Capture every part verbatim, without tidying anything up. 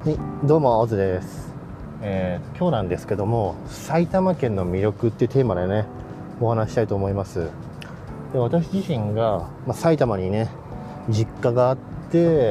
はい、どうもオズです。えー、今日なんですけども、埼玉県の魅力っていうテーマでねお話したいと思います。で、私自身が、まあ、埼玉にね実家があって、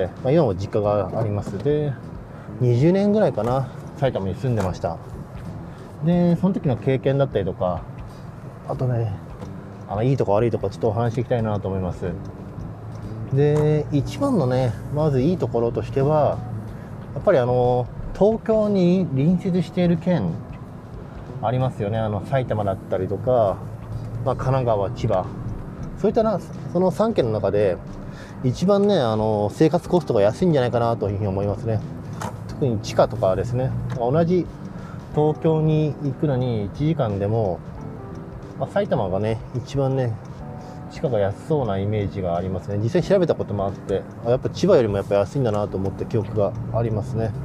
まあ、今も実家があります。で、にじゅうねんぐらいかな、埼玉に住んでました。で、その時の経験だったりとか、あとね、あのいいとこ悪いとこちょっとお話していきたいなと思います。で、一番のね、まずいいところとしては、やっぱりあの東京に隣接している県ありますよね。あの埼玉だったりとか、まあ、神奈川、千葉、そういったな、そのさん県の中で一番ね、あの生活コストが安いんじゃないかなというふうに思いますね。特に地価とかですね、同じ東京に行くのにいちじかんでも、まあ、埼玉がね一番ね地価が安そうなイメージがありますね。実際調べたこともあって、やっぱ千葉よりもやっぱ安いんだなと思った記憶がありますね。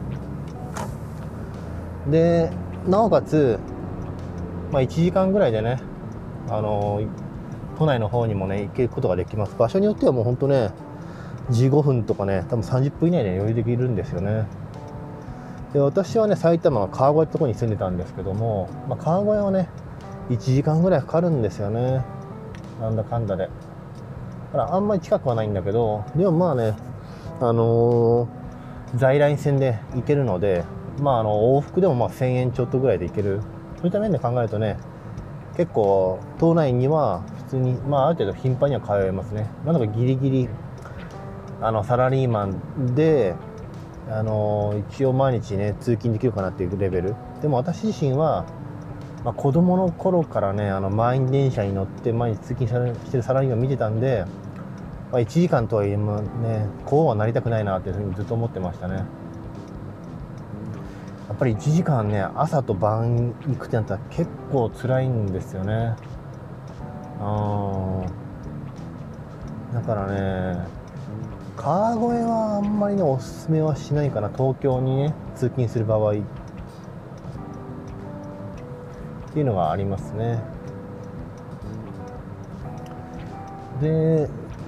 で、なおかつ、まあ、いちじかんぐらいでね、あの都内の方にもね行けることができます。場所によってはもうほんとねじゅうごふんとかね、多分さんじゅっぷん以内で余裕できるんですよね。で、私はね埼玉の川越ってとこに住んでたんですけども、まあ、川越はねいちじかんぐらいかかるんですよね、なんだかんだで。だからあんまり近くはないんだけど、でもまあね、あのー、在来線で行けるので、まああの往復でもまあせんえんちょっとぐらいで行ける。そういった面で考えるとね、結構島内には普通に、まあある程度頻繁には通えますね。なんだかギリギリあのサラリーマンで、あのー、一応毎日ね通勤できるかなっていうレベル。でも私自身は、まあ、子供の頃からね、あの満員電車に乗って毎日通勤してるサラリーマン見てたんで、まあ、いちじかんとはいえもね、こうはなりたくないなっていうふうにずっと思ってましたね。やっぱりいちじかんね、朝と晩行くってなったら結構辛いんですよね。あだからね、川越はあんまりねおすすめはしないかな、東京にね通勤する場合っていうのがありますね。で、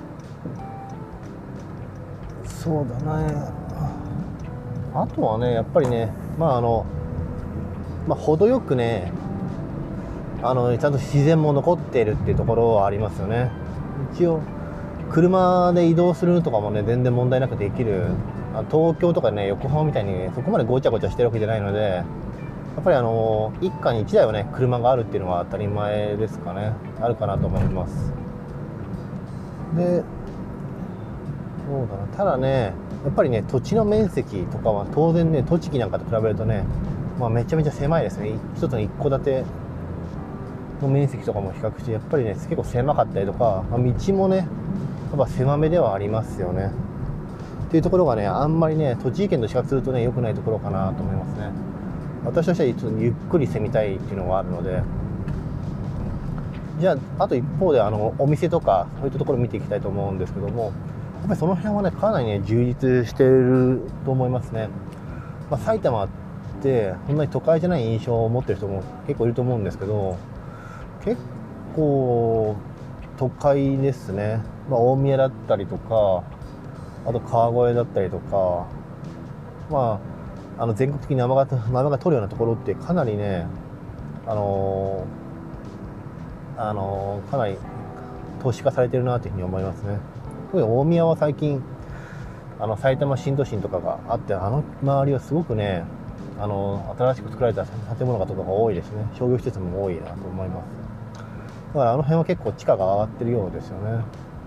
そうだね、あとはねやっぱりね、まああのまあ程よくね、あのちゃんと自然も残っているっていうところはありますよね。一応車で移動するとかもね全然問題なくできる。東京とかね横浜みたいにそこまでごちゃごちゃしてるわけじゃないので、やっぱりあの一家に一台はね車があるっていうのは当たり前ですかね。あるかなと思います。で、そうだな、ただねやっぱりね土地の面積とかは当然ね栃木なんかと比べるとね、まあ、めちゃめちゃ狭いですね。一つの一戸建ての面積とかも比較してやっぱりね結構狭かったりとか、まあ、道もねやっぱ狭めではありますよねっていうところがね、あんまりね栃木県と比較するとね良くないところかなと思いますね。私としてはちょっとゆっくり攻めたいっていうのがあるので。じゃああと一方であのお店とかそういったところを見ていきたいと思うんですけども、やっぱりその辺はねかなりね充実していると思いますね。まあ、埼玉ってそんなに都会じゃない印象を持ってる人も結構いると思うんですけど、結構都会ですね。まあ、大宮だったりとか、あと川越だったりとか、まあ、あの全国的に名前が名前が取るようなところってかなりね、あのーあのーかなり都市化されてるなというふうに思いますね。特に大宮は最近あの埼玉新都心とかがあって、あの周りはすごくね、あの新しく作られた建物がとかが多いですね。商業施設も多いなと思います。だからあの辺は結構地価が上がってるようですよね。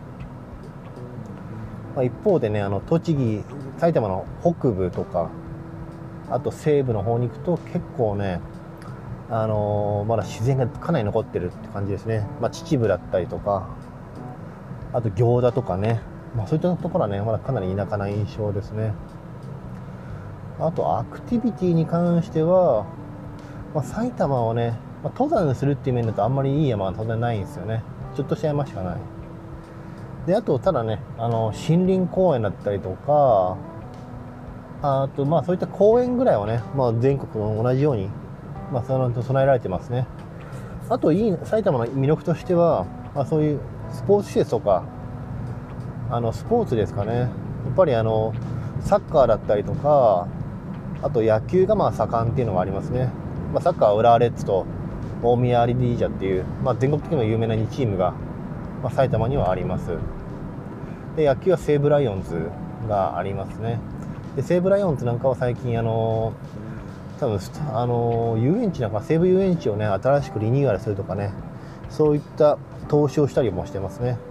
まあ、一方でね、あの栃木、埼玉の北部とか、あと西部の方に行くと結構ね、あのー、まだ自然がかなり残ってるって感じですね。まあ、秩父だったりとか、あと行田とかね、まあ、そういったところはねまだかなり田舎な印象ですね。あとアクティビティに関しては、まあ、埼玉はね、まあ、登山するっていう面だとあんまりいい山は当然ないんですよね。ちょっとした山しかない。で、あとただね、あの森林公園だったりとか、あとまあそういった公園ぐらいはね、まあ、全国の同じように、まあ、その備えられてますね。あといい埼玉の魅力としては、まあ、そういうスポーツ施設とか、あのスポーツですかね。やっぱりあのサッカーだったりとか、 あと野球がまあ盛んっていうのがありますね。まあ、サッカーは浦和レッズと大宮アリディージャっていう、まあ、全国的にも有名なにチームが、まあ、埼玉にはあります。で野球は西武ライオンズがありますね。で西武ライオンズなんかは最近あの多分あの遊園地なんか西武遊園地をね新しくリニューアルするとかね、そういった投資をしたりもしてますね。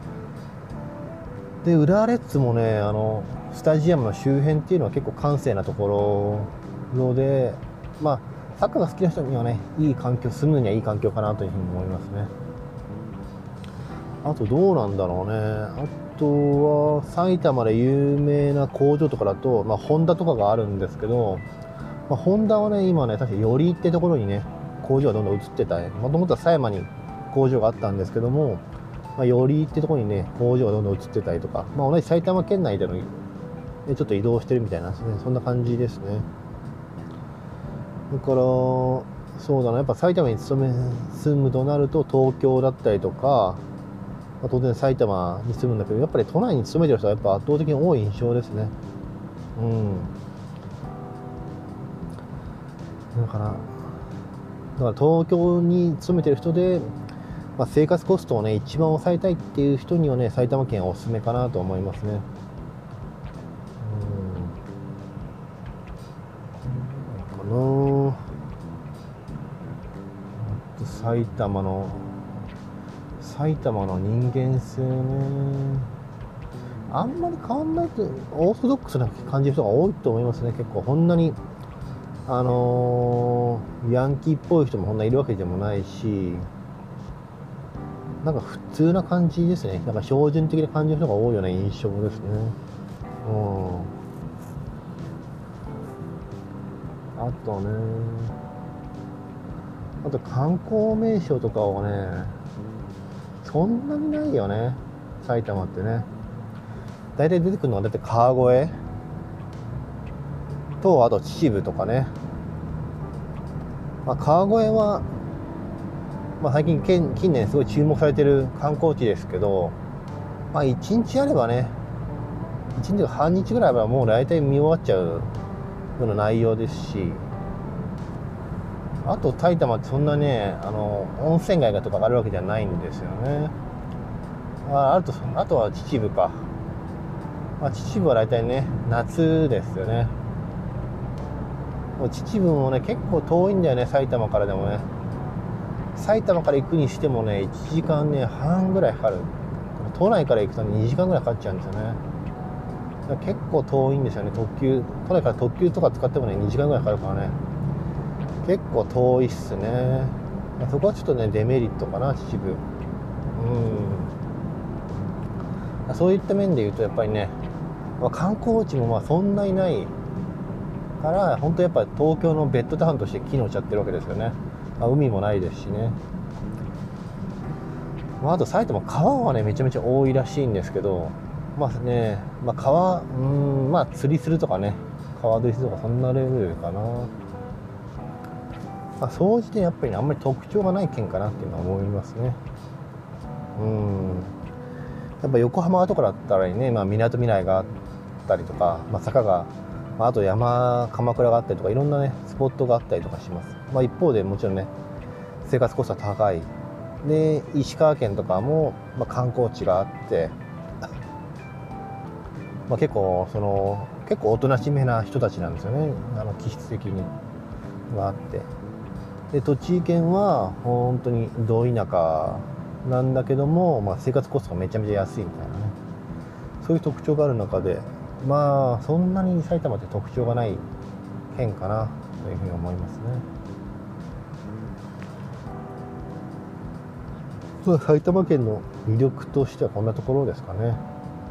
で浦和レッズもねあのスタジアムの周辺っていうのは結構閑静なところで、まあサッカーが好きな人にはねいい環境、住むにはいい環境かなというふうに思いますね。あとどうなんだろうね。あとは埼玉で有名な工場とかだと、まあ、ホンダとかがあるんですけど、まあ、ホンダはね今ね確か寄居ってところにね工場がどんどん移ってた。もともとは狭山に工場があったんですけども、まあ、寄居ってところにね工場がどんどん移ってたりとか、まあ、同じ埼玉県内での、ね、ちょっと移動してるみたいなですね、そんな感じですね。だからそうだな、やっぱ埼玉に勤め住むとなると東京だったりとか、まあ、当然埼玉に住むんだけど、やっぱり都内に勤めてる人はやっぱ圧倒的に多い印象ですね。うんだからだから東京に勤めてる人で、まあ、生活コストをね一番抑えたいっていう人にはね埼玉県はおすすめかなと思いますね。うんかな埼玉の埼玉の人間性ね、あんまり変わんないとオーソドックスな感じの人が多いと思いますね。結構こんなにあのー、ヤンキーっぽい人もこんないるわけでもないし、なんか普通な感じですね。なんか標準的な感じの人が多いような印象ですね。うんあとねあと観光名所とかをねそんなにないよね埼玉ってね。大体出てくるのはだって川越とあと秩父とかね。まあ、川越は、まあ、最近近年すごい注目されてる観光地ですけど、まあいちにちあればねいちにちか半日ぐらいあればもう大体見終わっちゃうような内容ですし、あと埼玉ってそんなねあの温泉街がとかあるわけじゃないんですよね。ああとあとは秩父か、まあ、秩父は大体ね夏ですよね。秩父もね結構遠いんだよね埼玉からでもね。埼玉から行くにしてもねいちじかんね半ぐらいかかる。都内から行くとにじかんぐらいかかっちゃうんですよね。だから結構遠いんですよね。特急都内から特急とか使ってもねにじかんぐらいかかるからね結構遠いっすね。そこはちょっとねデメリットかな秩父。うんそういった面で言うとやっぱりね、まあ、観光地もまあそんなにないから本当やっぱり東京のベッドタウンとして機能しちゃってるわけですよね。まあ、海もないですしね。まあ、あと埼玉川はねめちゃめちゃ多いらしいんですけど、まあね、まあ、川うんまあ釣りするとかね川釣りするとかそんなレベルかな。まあ、総じてやっぱり、ね、あんまり特徴がない県かなっていうのは思いますね。うんやっぱ横浜とかだったらね、まあ、港未来があったりとか、まあ、坂が、まあ、あと山鎌倉があったりとかいろんなねスポットがあったりとかします。まあ、一方でもちろんね生活コストは高いで石川県とかも、まあ、観光地があって、まあ、結構その結構おとなしめな人たちなんですよね。あの気質的にがあってで栃木県は本当にど田舎なんだけども、まあ、生活コストがめちゃめちゃ安いみたいなねそういう特徴がある中でまあそんなに埼玉って特徴がない県かなというふうに思いますね。まあ、埼玉県の魅力としてはこんなところですかね。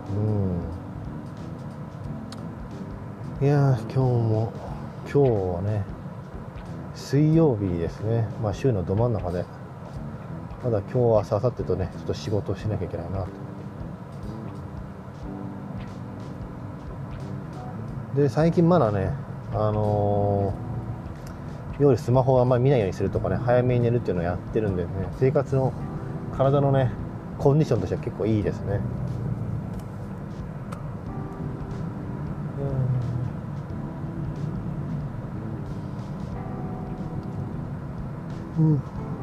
うんいや今日も今日はね水曜日ですね。まあ週のど真ん中でまだ今日明日明後日とねちょっと仕事をしなきゃいけないなと。で最近まだねあのー、夜スマホをあんまり見ないようにするとかね早めに寝るっていうのをやってるんでね生活の体のねコンディションとしては結構いいですね。 うん、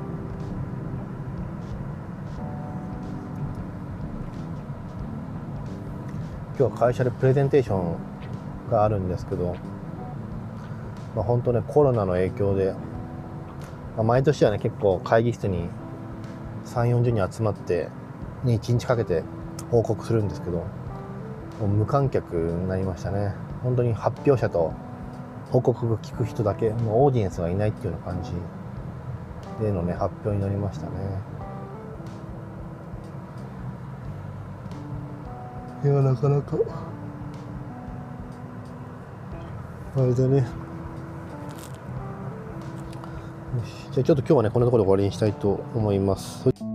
今日は会社でプレゼンテーションがあるんですけど、まあ、本当ねコロナの影響で、まあ、毎年はね結構会議室にさんじゅう、よんじゅうにん集まって、ね、いちにちかけて報告するんですけど、もう無観客になりましたね。本当に発表者と報告を聞く人だけ、もうオーディエンスがいないっていうような感じでのね発表になりましたね。いやなかなかあれだね。よし、じゃあちょっと今日はねこんなところで終わりにしたいと思います。